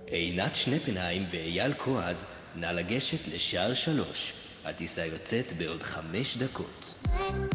עינת שנפנהיים ואייל כועז, נא לגשת לשער 3. הטיסה יוצאת בעוד 5 דקות.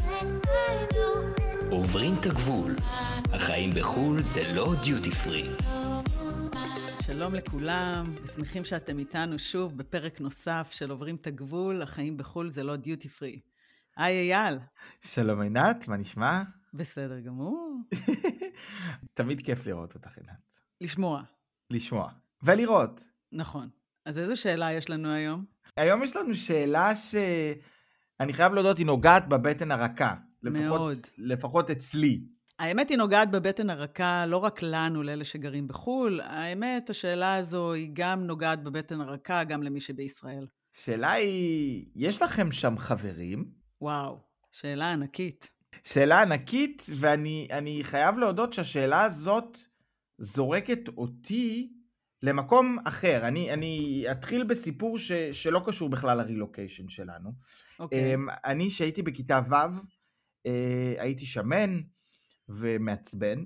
עוברים את הגבול. החיים בחול זה לא דיוטי פרי. שלום לכולם, ושמחים שאתם איתנו שוב בפרק נוסף של עוברים את הגבול, החיים בחול זה לא דיוטי פרי. היי אייל. שלום עינת, מה נשמע? בסדר גמור. תמיד כיף לראות אותך עינת. לשמוע. ולראות. נכון. אז איזה שאלה יש לנו היום? היום יש לנו שאלה שאני חייב להודות, היא נוגעת בבטן הרכה. מאוד. לפחות אצלי. האמת היא נוגעת בבטן הרכה, לא רק לנו, לאלה שגרים בחול. האמת, השאלה הזו היא גם נוגעת בבטן הרכה, גם למי שבישראל. שאלה היא, יש לכם שם חברים? וואו, שאלה ענקית. שאלה ענקית, ואני חייב להודות שהשאלה הזאת זורקת אותי למקום אחר. אני אתחיל בסיפור שלא קשור בכלל לרילוקיישן שלנו. אוקיי. אני שהייתי בכיתה ו', הייתי שמן ומעצבן,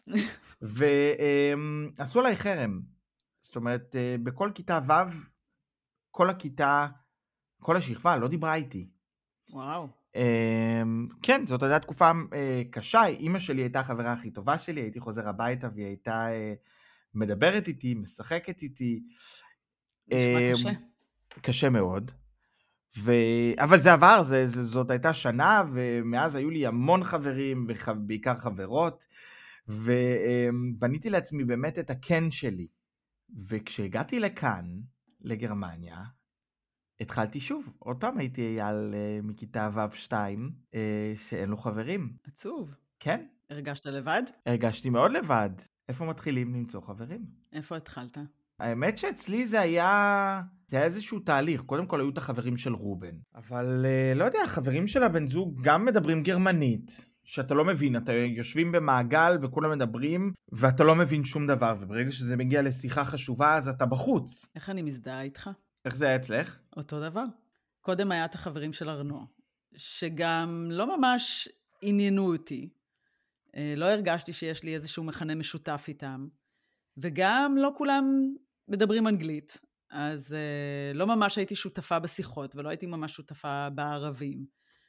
ועשו עליי חרם. זאת אומרת, בכל כיתה ו', כל הכיתה, כל השכבה לא דיברה איתי. וואו. כן, זאת הייתה תקופה קשה. אמא שלי הייתה החברה הכי טובה שלי, הייתי חוזר הביתה והיא הייתה מדברת איתי, משחקת איתי. נשמע קשה. קשה מאוד. אבל זה עבר, זאת הייתה שנה, ומאז היו לי המון חברים, ובעיקר חברות, ובניתי לעצמי באמת את הכן שלי. וכשהגעתי לכאן, לגרמניה, התחלתי שוב. עוד פעם הייתי אייל מכיתה ו'2, שאין לו חברים. עצוב. כן. הרגשת לבד? הרגשתי מאוד לבד. איפה מתחילים למצוא חברים? איפה התחלת? האמת שאצלי זה היה איזשהו תהליך. קודם כל היו את החברים של רובן. אבל לא יודע, החברים של הבן זוג גם מדברים גרמנית, שאתה לא מבין. אתה יושבים במעגל וכולם מדברים, ואתה לא מבין שום דבר. וברגע שזה מגיע לשיחה חשובה, אז אתה בחוץ. איך אני מזדהה איתך? איך זה היה אצלך? אותו דבר. קודם היה את החברים של ארנו, שגם לא ממש עניינו אותי. לא הרגשתי שיש לי איזשהו מכנה משותף איתם. וגם לא כולם מדברים אנגלית. אז לא ממש הייתי שותפה בשיחות, ולא הייתי ממש שותפה בערבים.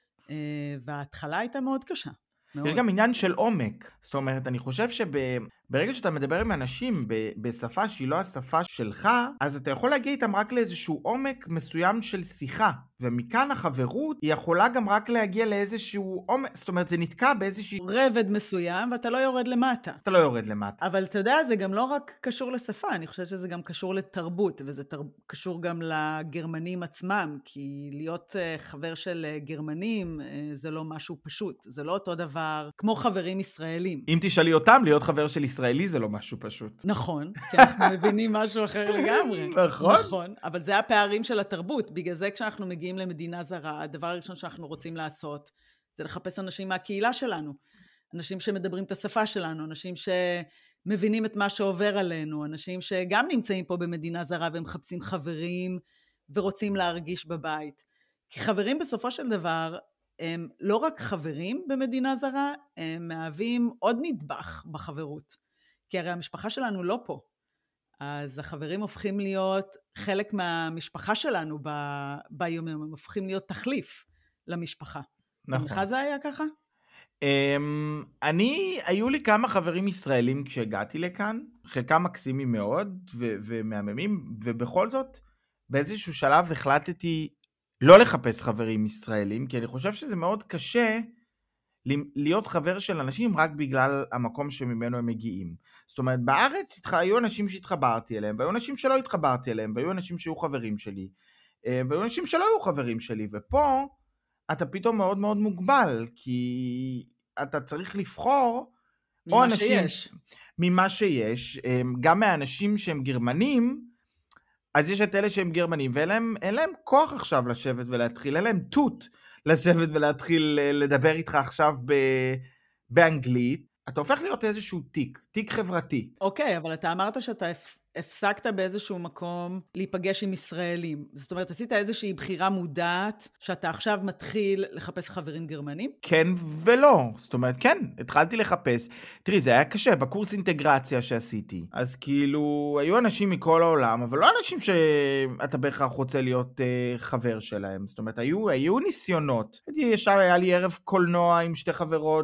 וההתחלה הייתה מאוד קשה. מאוד. יש גם עניין של עומק. זאת אומרת, אני חושב שברגע שאתה מדבר עם אנשים בשפה שהיא לא השפה שלך, אז אתה יכול להגיע איתם רק לאיזשהו עומק מסוים של שיחה. ומכאן החברות היא יכולה גם רק להגיע לאיזשהו עומק, זאת אומרת, זה נתקע באיזשהו רבד מסוים, ואתה לא יורד למטה. אתה לא יורד למטה. אבל אתה יודע, זה גם לא רק קשור לשפה, אני חושבת שזה גם קשור לתרבות, וזה קשור גם לגרמנים עצמם, כי להיות חבר של גרמנים זה לא משהו פשוט, זה לא אותו דבר כמו חברים ישראלים. אם תשאלי אותם, להיות חבר של ישראלי זה לא משהו פשוט. נכון, כי אנחנו מבינים משהו אחר לגמרי. נכון. נכון, אבל זה הפערים של התרבות, בגלל זה כשאנחנו מגיעים למדינה זרה, הדבר הראשון שאנחנו רוצים לעשות, זה לחפש אנשים מהקהילה שלנו. אנשים שמדברים את השפה שלנו, אנשים שמבינים את מה שעובר עלינו, אנשים שגם נמצאים פה במדינה זרה והם מחפשים חברים ורוצים להרגיש בבית. כי חברים בסופו של דבר הם לא רק חברים במדינה זרה, הם מהווים עוד נדבך בחברות. כי הרי המשפחה שלנו לא פה. אז החברים הופכים להיות חלק מהמשפחה שלנו ביום, הם הופכים להיות תחליף למשפחה. נכון. לך זה היה ככה? היו לי כמה חברים ישראלים כשהגעתי לכאן, חלקם מקסימים מאוד ומהממים, ובכל זאת, באיזשהו שלב החלטתי לא לחפש חברים ישראלים, כי אני חושב שזה מאוד קשה להיות חבר של אנשים רק בגלל המקום שממנו הם מגיעים. זאת אומרת, בארץ היו אנשים שהתחברתי אליהם, והיו אנשים שלא התחברתי אליהם, והיו אנשים שהיו חברים שלי, והיו אנשים שלא היו חברים שלי, ופה אתה פתאום מאוד מאוד מוגבל, כי אתה צריך לבחור ממה שיש, גם מהאנשים שהם גרמנים, אז יש את אלה שהם גרמנים, ואין להם כוח עכשיו לשבת ולהתחיל, אין להם תות לשבת ולהתחיל לדבר איתך עכשיו באנגלית, אתה הופך להיות איזשהו תיק חברתי. אוקיי, אבל אתה אמרת שאתה הפסקת באיזשהו מקום להיפגש עם ישראלים. זאת אומרת, עשית איזושהי בחירה מודעת, שאתה עכשיו מתחיל לחפש חברים גרמנים? כן ולא. זאת אומרת, כן, התחלתי לחפש. תראי, זה היה קשה, בקורס אינטגרציה שעשיתי. אז כאילו, היו אנשים מכל העולם, אבל לא אנשים שאתה בהכרח רוצה להיות חבר שלהם. זאת אומרת, היו ניסיונות. ישר היה לי ערב קולנוע עם שתי חברות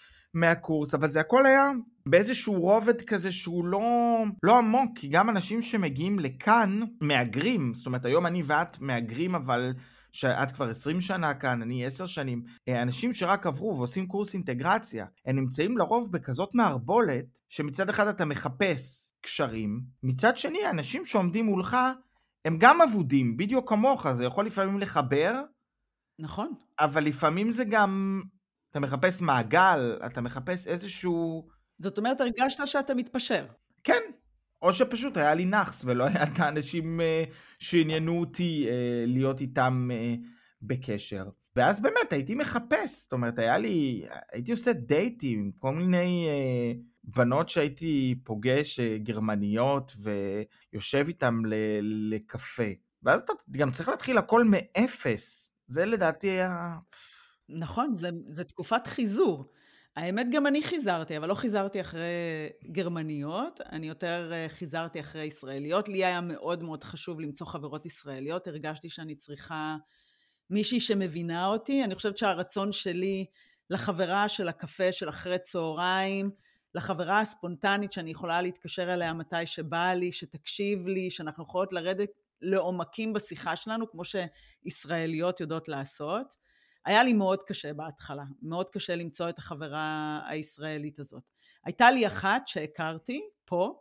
מהקורס, אבל זה הכל היה באיזשהו רובד כזה שהוא לא עמוק, כי גם אנשים שמגיעים לכאן מאגרים, זאת אומרת היום אני ואת מאגרים, אבל שאת כבר 20 שנה כאן, אני 10 שנים, אנשים שרק עברו ועושים קורס אינטגרציה, הם נמצאים לרוב בכזאת מערבולת, שמצד אחד אתה מחפש קשרים, מצד שני אנשים שעומדים מולך, הם גם עבודים, בדיוק כמוך, זה יכול לפעמים לחבר, נכון. אבל לפעמים זה גם אתה מחפש מעגל, אתה מחפש איזשהו... זאת אומרת, הרגשת שאתה מתפשר. כן, או שפשוט היה לי נחס, ולא היה את האנשים שעניינו אותי להיות איתם בקשר. ואז באמת הייתי מחפש, זאת אומרת, הייתי עושה דייטים, כל מיני בנות שהייתי פוגש גרמניות, ויושב איתם לקפה. ואז אתה גם צריך להתחיל הכל מאפס. זה לדעתי היה... נכון, זה תקופת חיזור. האמת גם אני חיזרתי, אבל לא חיזרתי אחרי גרמניות, אני יותר חיזרתי אחרי ישראליות. לי היה מאוד מאוד חשוב למצוא חברות ישראליות, הרגשתי שאני צריכה מישהי שמבינה אותי. אני חושבת שהרצון שלי לחברה של הקפה של אחרי צהריים, לחברה הספונטנית שאני יכולה להתקשר אליה מתי שבא לי, שתקשיב לי, שאנחנו יכולות לרדת לעומקים בשיחה שלנו, כמו שישראליות יודעות לעשות. היה לי מאוד קשה בהתחלה, מאוד קשה למצוא את החברה הישראלית הזאת. הייתה לי אחת שהכרתי פה,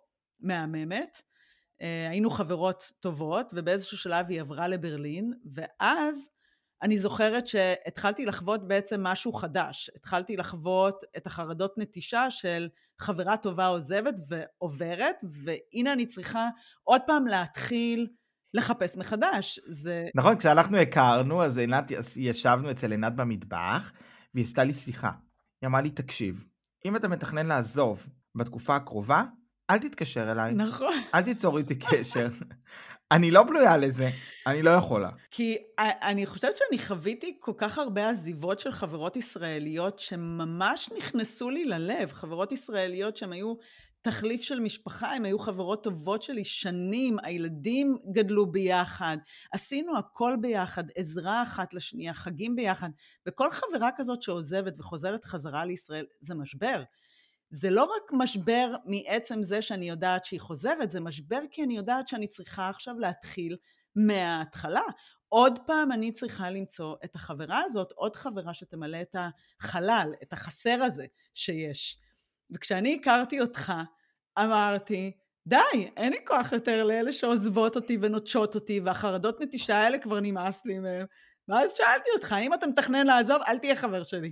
מהממת, היינו חברות טובות, ובאיזשהו שלב היא עברה לברלין, ואז אני זוכרת שהתחלתי לחוות בעצם משהו חדש, התחלתי לחוות את החרדות נטישה של חברה טובה עוזבת ועוברת, והנה אני צריכה עוד פעם להתחיל לחפש מחדש. נכון, כשאנחנו הכרנו, אז ישבנו אצל עינת במטבח, והיא עשתה לי שיחה. היא אמרה לי, תקשיב, אם אתה מתכנן לעזוב בתקופה הקרובה, אל תתקשר אליי. נכון. אל תיצור איתי קשר. אני לא בלויה לזה, אני לא יכולה. כי אני חושבת שאני חוויתי כל כך הרבה עזיבות של חברות ישראליות, שממש נכנסו לי ללב. חברות ישראליות שהן היו תחליף של משפחה, הן היו חברות טובות שלי שנים, הילדים גדלו ביחד, עשינו הכל ביחד, עזרה אחת לשנייה, חגים ביחד, וכל חברה כזאת שעוזבת וחוזרת חזרה לישראל, זה משבר. זה לא רק משבר מעצם זה שאני יודעת שהיא חוזרת, זה משבר כי אני יודעת שאני צריכה עכשיו להתחיל מההתחלה. עוד פעם אני צריכה למצוא את החברה הזאת, עוד חברה שתמלא את החלל, את החסר הזה שיש. וכשאני הכרתי אותך, אמרתי, די, אין לי כוח יותר לאלה שעוזבות אותי ונוטשות אותי, והחרדות נטישה האלה כבר נמאס לי מהם. ואז שאלתי אותך, אם אתה מתכנן לעזוב, אל תהיה חבר שלי.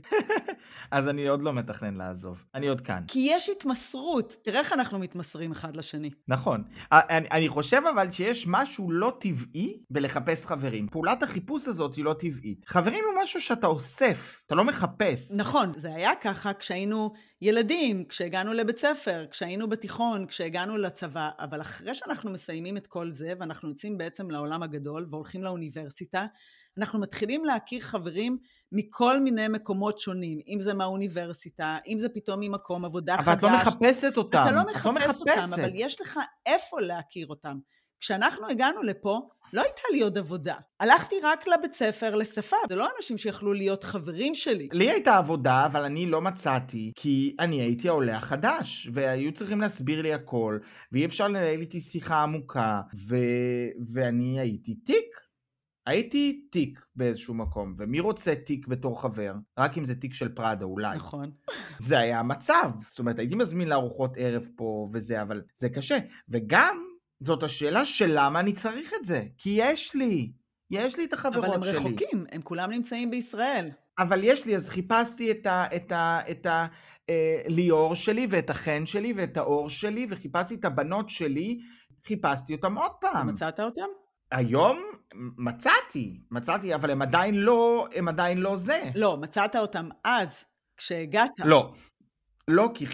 אז אני עוד לא מתכנן לעזוב, אני עוד כאן. כי יש התמסרות, תראה איך אנחנו מתמסרים אחד לשני. נכון. אני חושב אבל שיש משהו לא טבעי בלחפש חברים. פעולת החיפוש הזאת היא לא טבעית. חברים הוא משהו שאתה אוסף, אתה לא מחפש. נכון, זה היה ככה כשהיינו ילדים, כשהגענו לבית ספר, כשהיינו בתיכון, כשהגענו לצבא, אבל אחרי שאנחנו מסיימים את כל זה, ואנחנו יוצאים בעצם לעולם הגדול והולכים לאוניברסיטה, אנחנו מתחילים להכיר חברים מכל מיני מקומות שונים, אם זה מהאוניברסיטה, אם זה פתאום ממקום עבודה חדש. אבל את לא מחפשת אותם. אתה לא מחפש אותם, אבל יש לך איפה להכיר אותם. כשאנחנו הגענו לפה, לא הייתה לי עוד עבודה. הלכתי רק לבית ספר לשפה. זה לא אנשים שיכלו להיות חברים שלי. לי הייתה עבודה, אבל אני לא מצאתי, כי אני הייתי העולה החדש, והיו צריכים להסביר לי הכל, ואי אפשר לנהל איתי שיחה עמוקה, ואני הייתי תיק. הייתי תיק באיזשהו מקום, ומי רוצה תיק בתור חבר? רק אם זה תיק של פראדה אולי. נכון. זה היה המצב. זאת אומרת, הייתי מזמין לארוחות ערב פה וזה, אבל זה קשה. וגם זאת השאלה של למה אני צריך את זה. כי יש לי את החברות שלי. אבל הם רחוקים, הם כולם נמצאים בישראל. אבל יש לי, אז חיפשתי את הליאור שלי, ואת החן שלי, ואת האור שלי, וחיפשתי את הבנות שלי, חיפשתי אותם עוד פעם. מצאת אותם? היום מצאתי, אבל הם עדיין לא זה. לא, מצאת אותם אז, כשהגעת. לא. לא, כי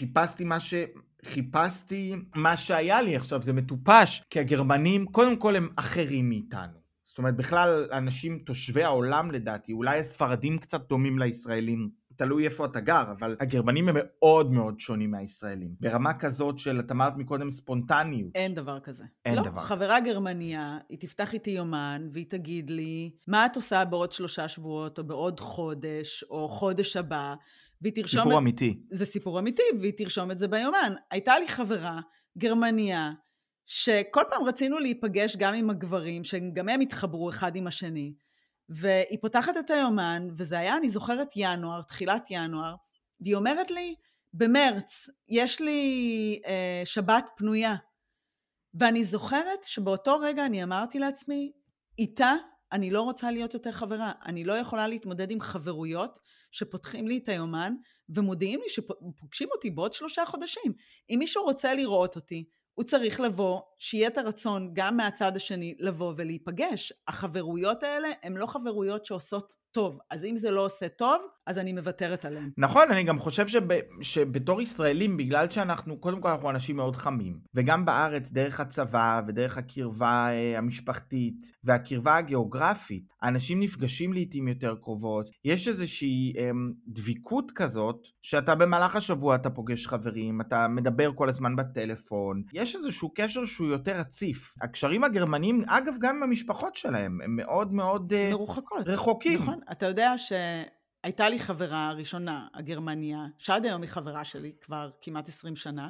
חיפשתי מה שהיה לי. עכשיו זה מטופש, כי הגרמנים קודם כל הם אחרים מאיתנו. זאת אומרת, בכלל אנשים תושבי העולם לדעתי, אולי הספרדים קצת דומים לישראלים, תלוי איפה אתה גר, אבל הגרמנים הם מאוד מאוד שונים מהישראלים. ברמה כזאת של, את אמרת מקודם ספונטניות. אין דבר כזה. אין לא, דבר. חברה גרמניה, היא תפתח איתי יומן, והיא תגיד לי, מה את עושה בעוד 3 שבועות, או בעוד חודש, או חודש הבא, והיא תרשום... סיפור אמיתי. זה סיפור אמיתי, והיא תרשום את זה ביומן. הייתה לי חברה גרמניה, שכל פעם רצינו להיפגש גם עם הגברים, שגם הם התחברו אחד עם השני, והיא פותחת את היומן, וזה היה, אני זוכרת ינואר, תחילת ינואר, והיא אומרת לי, במרץ, יש לי שבת פנויה. ואני זוכרת שבאותו רגע אני אמרתי לעצמי, איתה אני לא רוצה להיות יותר חברה. אני לא יכולה להתמודד עם חברויות שפותחים לי את היומן, ומודיעים לי שפוגשים אותי בעוד 3 חודשים. אם מישהו רוצה לראות אותי, הוא צריך לבוא, שיהיה את הרצון גם מהצד השני לבוא ולהיפגש. החברויות האלה הן לא חברויות שעושות טוב. אז אם זה לא עושה טוב, אז אני מוותרת עליהן. נכון, אני גם חושב שבתור ישראלים, בגלל שאנחנו, קודם כל אנחנו אנשים מאוד חמים, וגם בארץ דרך הצבא ודרך הקרבה המשפחתית והקרבה הגיאוגרפית, האנשים נפגשים לעתים יותר קרובות. יש איזושהי דביקות כזאת, שאתה במהלך השבוע אתה פוגש חברים, אתה מדבר כל הזמן בטלפון. יש איזשהו קשר שהוא יותר רציף. הקשרים הגרמנים, אגב, גם עם המשפחות שלהם, הם מאוד מאוד מרוחקות. רחוקים. נכון, אתה יודע שהייתה לי חברה ראשונה, הגרמניה, שעד היום היא חברה שלי, כבר כמעט 20 שנה,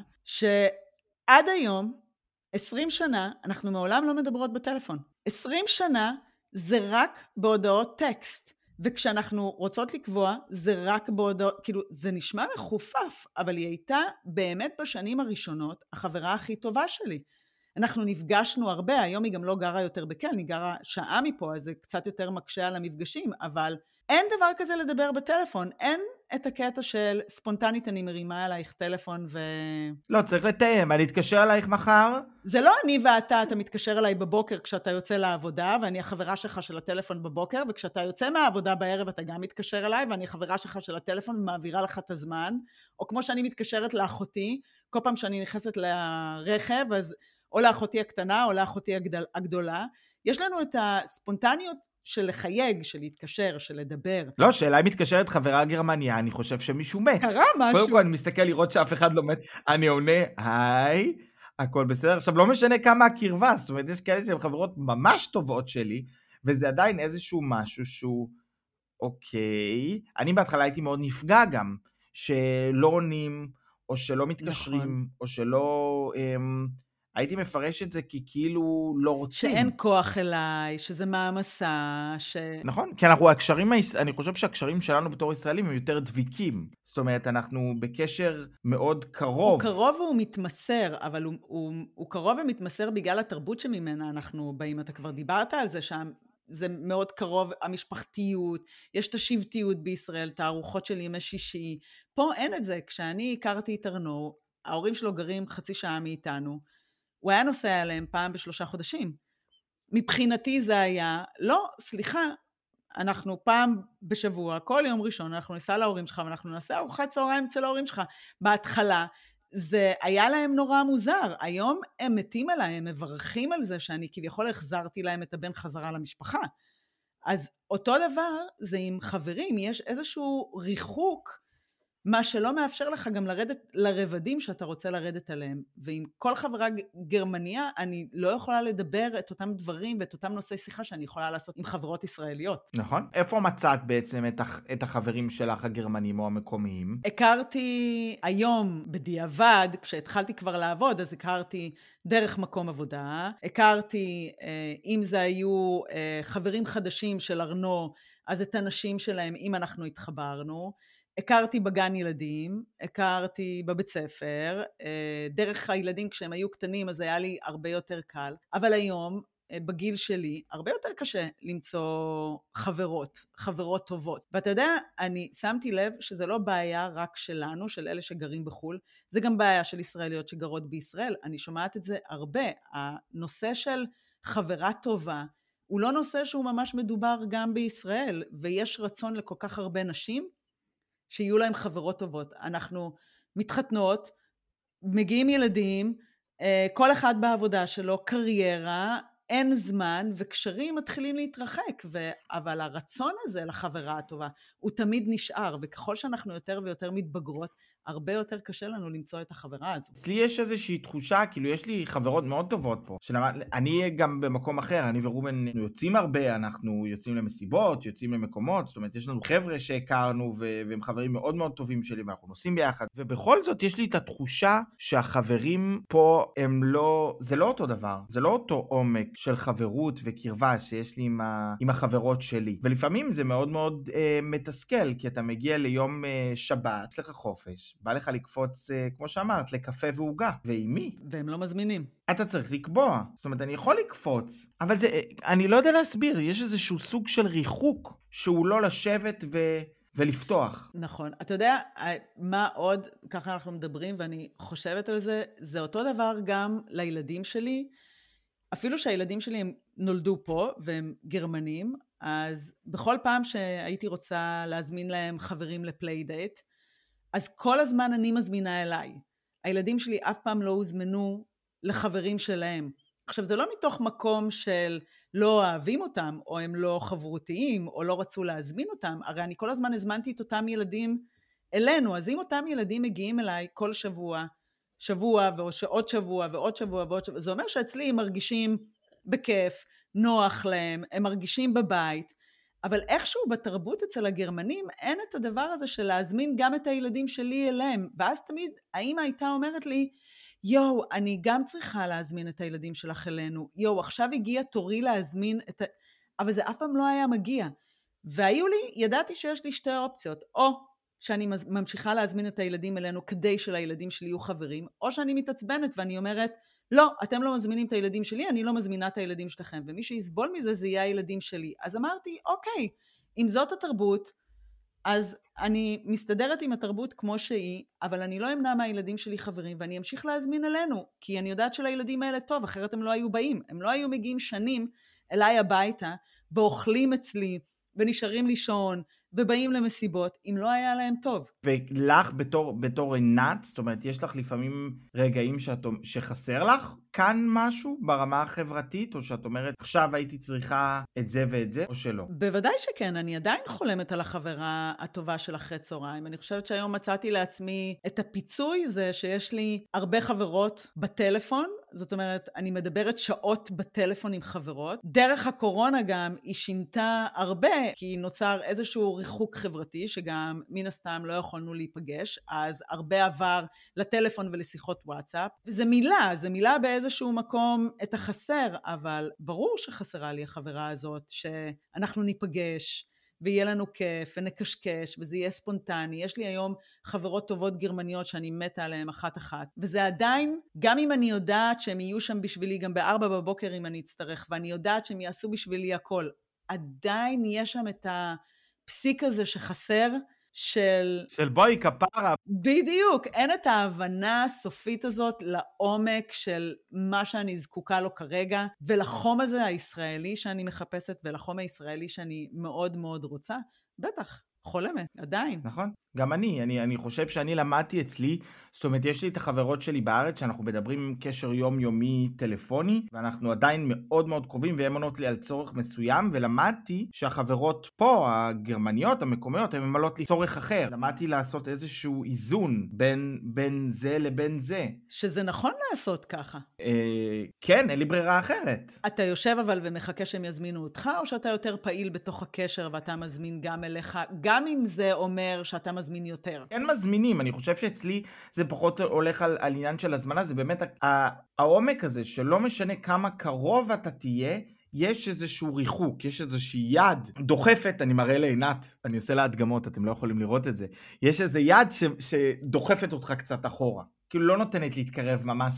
שעד היום, 20 שנה, אנחנו מעולם לא מדברות בטלפון. 20 שנה זה רק בהודעות טקסט, וכשאנחנו רוצות לקבוע, זה רק בהודעות, כאילו, זה נשמע מחופף, אבל היא הייתה באמת בשנים הראשונות החברה הכי טובה שלי. אנחנו נפגשנו הרבה, היום היא גם לא גרה יותר בקלן, היא גרה שעה מפה, אז זה קצת יותר מקשה על המפגשים, אבל אין דבר כזה לדבר בטלפון, אין את הקטע של ספונטנית אני מרימה עלייך טלפון ו... לא, צריך לתאם, אני אתקשר עלייך מחר. זה לא אני ואתה מתקשר אליי בבוקר כשאתה יוצא לעבודה, ואני החברה שלך של הטלפון בבוקר, וכשאתה יוצא מהעבודה בערב אתה גם מתקשר אליי, ואני החברה שלך של הטלפון ומעבירה לך את הזמן, או כמו שאני מתקשרת לאחותי, כל פעם שאני נכנסת לרכב, אז או לאחותי הקטנה, או לאחותי הגדולה. יש לנו את הספונטניות של לחייג, של להתקשר, של לדבר. לא, שאלה אם מתקשרת חברה גרמניה, אני חושב שמישהו מת. קרה משהו. קודם כל אני מסתכל לראות שאף אחד לא מת, אני עונה, היי, הכל בסדר. עכשיו, לא משנה כמה הקרבה, זאת אומרת, יש כאלה שהן חברות ממש טובות שלי, וזה עדיין איזשהו משהו שהוא, אוקיי, אני בהתחלה הייתי מאוד נפגע גם, שלא עונים, או שלא מתקשרים, נכון. או שלא... הייתי מפרש את זה כי כאילו לא רוצים. שאין כוח אליי, שזה מעמסה, נכון, כי אנחנו אני חושב שהקשרים שלנו בתור ישראלים הם יותר דביקים. זאת אומרת, אנחנו בקשר מאוד קרוב. הוא קרוב והוא מתמסר, אבל הוא קרוב ומתמסר בגלל התרבות שממנה אנחנו באים. אתה כבר דיברת על זה שם. זה מאוד קרוב, המשפחתיות, יש את השבטיות בישראל, את הארוחות של ימי שישי. פה אין את זה. כשאני הכרתי את ארנו, ההורים שלו גרים 0.5 שעה מאיתנו, הוא היה נוסע אליהם פעם ב3 חודשים. מבחינתי זה היה, לא, סליחה, אנחנו פעם בשבוע, כל יום ראשון, אנחנו ניסע להורים שלך, ואנחנו נעשה ארוחת צהריים אצל ההורים שלך. בהתחלה, זה היה להם נורא מוזר. היום הם מתים עליי, הם מברכים על זה שאני כביכול החזרתי להם את הבן חזרה למשפחה. אז אותו דבר זה עם חברים, יש איזשהו ריחוק, מה שלא מאפשר לך גם לרדת לרבדים שאתה רוצה לרדת עליהם. ועם כל חברה גרמניה, אני לא יכולה לדבר את אותם דברים ואת אותם נושאי שיחה שאני יכולה לעשות עם חברות ישראליות. נכון. איפה מצאת בעצם את החברים שלך הגרמנים או המקומיים? הכרתי היום בדיעבד, כשהתחלתי כבר לעבוד, אז הכרתי דרך מקום עבודה. הכרתי, אם זה היו חברים חדשים של ארנו, אז את הנשים שלהם, אם אנחנו התחברנו. הכרתי בגן ילדים, הכרתי בבית ספר, דרך הילדים כשהם היו קטנים אז היה לי הרבה יותר קל, אבל היום בגיל שלי הרבה יותר קשה למצוא חברות טובות. ואתה יודע, אני שמתי לב שזה לא בעיה רק שלנו, של אלה שגרים בחול, זה גם בעיה של ישראליות שגרות בישראל. אני שומעת את זה הרבה. הנושא של חברה טובה הוא לא נושא שהוא ממש מדובר גם בישראל, ויש רצון לכל כך הרבה נשים, שיהיו להם חברות טובות. אנחנו מתחתנות, מגיעים ילדים, כל אחד בעבודה שלו, קריירה, אין זמן, וקשרים מתחילים להתרחק, אבל הרצון הזה לחברה הטובה, הוא תמיד נשאר, וככל שאנחנו יותר ויותר מתבגרות, הרבה יותר קשה לנו למצוא את החברה הזו. אצלי יש איזושהי תחושה, כאילו יש לי חברות מאוד טובות פה, אני גם במקום אחר, אני ורובן יוצאים הרבה, אנחנו יוצאים למסיבות, יוצאים למקומות, זאת אומרת, יש לנו חבר'ה שהכרנו, והם חברים מאוד מאוד טובים שלי, ואנחנו נוסעים ביחד, ובכל זאת יש לי את התחושה שהחברים פה הם לא, זה לא אותו דבר, זה לא אותו עומק של חברות וקרבה שיש לי עם החברות שלי, ולפעמים זה מאוד מאוד מתסכל, כי אתה מגיע ליום שבת, לך חופש, בא לך לקפוץ, כמו שאמרת, לקפה והוגה. ועם מי? והם לא מזמינים. אתה צריך לקבוע. זאת אומרת, אני יכול לקפוץ, אבל זה, אני לא יודע להסביר, יש איזשהו סוג של ריחוק, שהוא לא לשבת ולפתוח. נכון. אתה יודע, מה עוד, ככה אנחנו מדברים, ואני חושבת על זה, זה אותו דבר גם לילדים שלי, אפילו שהילדים שלי הם נולדו פה, והם גרמנים, אז בכל פעם שהייתי רוצה להזמין להם חברים לפליידייט, אז כל הזמן אני מזמינה אליי. הילדים שלי אף פעם לא הוזמנו לחברים שלהם. עכשיו, זה לא מתוך מקום של לא אוהבים אותם, או הם לא חברותיים, או לא רצו להזמין אותם. הרי אני כל הזמן הזמנתי את אותם ילדים אלינו. אז אם אותם ילדים מגיעים אליי כל שבוע, ועוד שבוע, ועוד שבוע, ועוד שבוע, זה אומר שאצלי הם מרגישים בכיף, נוח להם, הם מרגישים בבית, אבל איכשהו בתרבות אצל הגרמנים אין את הדבר הזה של להזמין גם את הילדים שלי אליהם. ואז תמיד האמא הייתה אומרת לי, יו, אני גם צריכה להזמין את הילדים שלך אלינו. יו, עכשיו הגיע תורי להזמין את אבל זה אף פעם לא היה מגיע. ידעתי שיש לי שתי אופציות, או שאני ממשיכה להזמין את הילדים אלינו כדי שלילדים שלי יהיו חברים, או שאני מתעצבנת ואני אומרת, לא, אתם לא מזמינים את הילדים שלי, אני לא מזמינה את הילדים שלכם, ומי שיסבול מזה זה יהיה הילדים שלי. אז אמרתי, אוקיי, אם זאת התרבות, אז אני מסתדרת עם התרבות כמו שהיא, אבל אני לא אמנע מהילדים שלי חברים, ואני אמשיך להזמין אלינו, כי אני יודעת שלילדים האלה טוב, אחרת הם לא היו באים. הם לא היו מגיעים שנים אליי הביתה, ואוכלים אצלי, ונשארים לישון, ובאים למסיבות, אם לא היה להם טוב. ולך בתור עינת, זאת אומרת, יש לך לפעמים רגעים שחסר לך כאן משהו ברמה החברתית, או שאת אומרת, עכשיו הייתי צריכה את זה ואת זה, או שלא? בוודאי שכן, אני עדיין חולמת על החברה הטובה של אחרי צהריים. אני חושבת שהיום מצאתי לעצמי את הפיצוי, זה שיש לי הרבה חברות בטלפון, זאת אומרת, אני מדברת שעות בטלפון עם חברות. דרך הקורונה גם היא שינתה הרבה, כי נוצר איזשהו ריחוק חברתי, שגם מן הסתם לא יכולנו להיפגש, אז הרבה עבר לטלפון ולשיחות וואטסאפ. וזה מילה באיזשהו מקום את החסר, אבל ברור שחסרה לי החברה הזאת, שאנחנו ניפגש, ויהיה לנו כיף, ונקשקש, וזה יהיה ספונטני. יש לי היום חברות טובות גרמניות שאני מתה עליהן אחת. וזה עדיין, גם אם אני יודעת שהם יהיו שם בשבילי, גם ב4 בבוקר אם אני אצטרך, ואני יודעת שהם יעשו בשבילי הכל, עדיין יש שם את הפסיק הזה שחסר, של בואי כפרה. בדיוק, אין את ההבנה הסופית הזאת לעומק של מה שאני זקוקה לו כרגע, ולחום הזה הישראלי שאני מחפשת, ולחום הישראלי שאני מאוד מאוד רוצה, בטח, חולמת, עדיין. נכון, גם אני חושב שאני למדתי אצלי, זאת אומרת, יש לי את החברות שלי בארץ, שאנחנו מדברים עם קשר יומיומי טלפוני, ואנחנו עדיין מאוד מאוד קרובים, והן עונות לי על צורך מסוים, ולמדתי שהחברות פה, הגרמניות, המקומיות, הן ממלאות לי צורך אחר. למדתי לעשות איזשהו איזון בין זה לבין זה. שזה נכון לעשות ככה. כן, אין לי ברירה אחרת. אתה יושב אבל ומחכה שהם יזמינו אותך, או שאתה יותר פעיל בתוך הקשר, ואתה מזמין גם אליך, גם אם זה אומר שאתה מזמין יותר? כן מזמינים, אני חושב שאצלי זה פחות הולך על עניין של הזמנה, זה באמת העומק הזה, שלא משנה כמה קרוב אתה תהיה, יש איזשהו ריחוק, יש איזושהי יד דוחפת, אני מראה לעינת, אני עושה לה הדגמות, אתם לא יכולים לראות את זה, יש איזו יד שדוחפת אותך קצת אחורה, כאילו לא נותנת להתקרב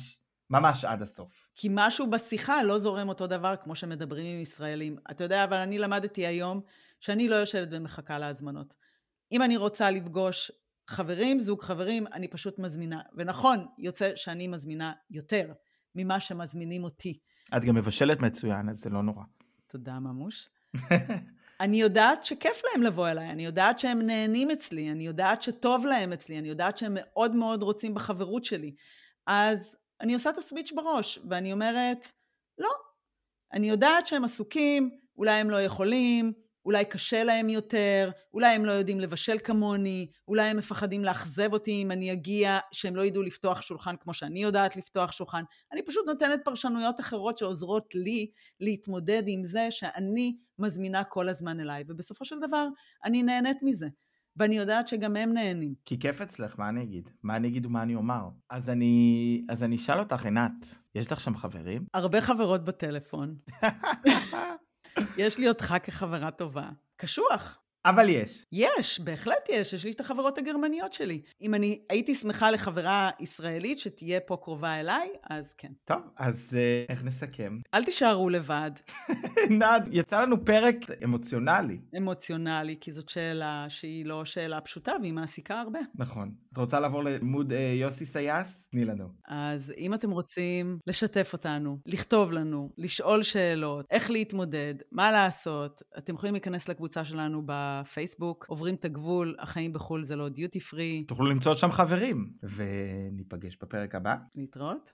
ממש עד הסוף. כי משהו בשיחה לא זורם אותו דבר כמו שמדברים עם ישראלים. אתה יודע, אבל אני למדתי היום שאני לא יושבת ומחכה להזמנות. אם אני רוצה לפגוש חברים, זוג חברים, אני פשוט מזמינה. ונכון, יוצא שאני מזמינה יותר ממה שמזמינים אותי. את גם מבשלת מצוין, אז זה לא נורא. תודה ממוש. אני יודעת שכיף להם לבוא אליי, אני יודעת שהם נהנים אצלי, אני יודעת שטוב להם אצלי, אני יודעת שהם מאוד מאוד רוצים בחברות שלי. אז אני עושה את הסוויץ' בראש, ואני אומרת, לא, אני יודעת שהם עסוקים, אולי הם לא יכולים, אולי קשה להם יותר, אולי הם לא יודעים לבשל כמוני, אולי הם מפחדים לאכזב אותי אם אני אגיע, שהם לא ידעו לפתוח שולחן כמו שאני יודעת לפתוח שולחן. אני פשוט נותנת פרשנויות אחרות שעוזרות לי להתמודד עם זה שאני מזמינה כל הזמן אליי, ובסופו של דבר אני נהנית מזה. ואני יודעת שגם הם נהנים. כי כיף אצלך, מה אני אגיד? מה אני אגיד ומה אני אומר? אז אני אשאל אותך, עינת, יש לך שם חברים? הרבה חברות בטלפון. יש לי אותך כחברה טובה. קשוח. אבל יש. יש, בהחלט יש. יש לי את החברות הגרמניות שלי. אם אני הייתי שמחה לחברה ישראלית שתהיה פה קרובה אליי, אז כן. טוב, אז איך נסכם? אל תישארו לבד. נד, יצא לנו פרק אמוציונלי. אמוציונלי, כי זאת שאלה שהיא לא שאלה פשוטה, והיא מעסיקה הרבה. נכון. את רוצה לעבור ללימוד יוסי סייס? תני לנו. אז אם אתם רוצים לשתף אותנו, לכתוב לנו, לשאול שאלות, איך להתמודד, מה לעשות, אתם יכולים להיכנס לקבוצה שלנו בפייסבוק, עוברים את הגבול, החיים בחול זה לא דיוטי פרי. תוכלו למצוא שם חברים, וניפגש בפרק הבא. להתראות.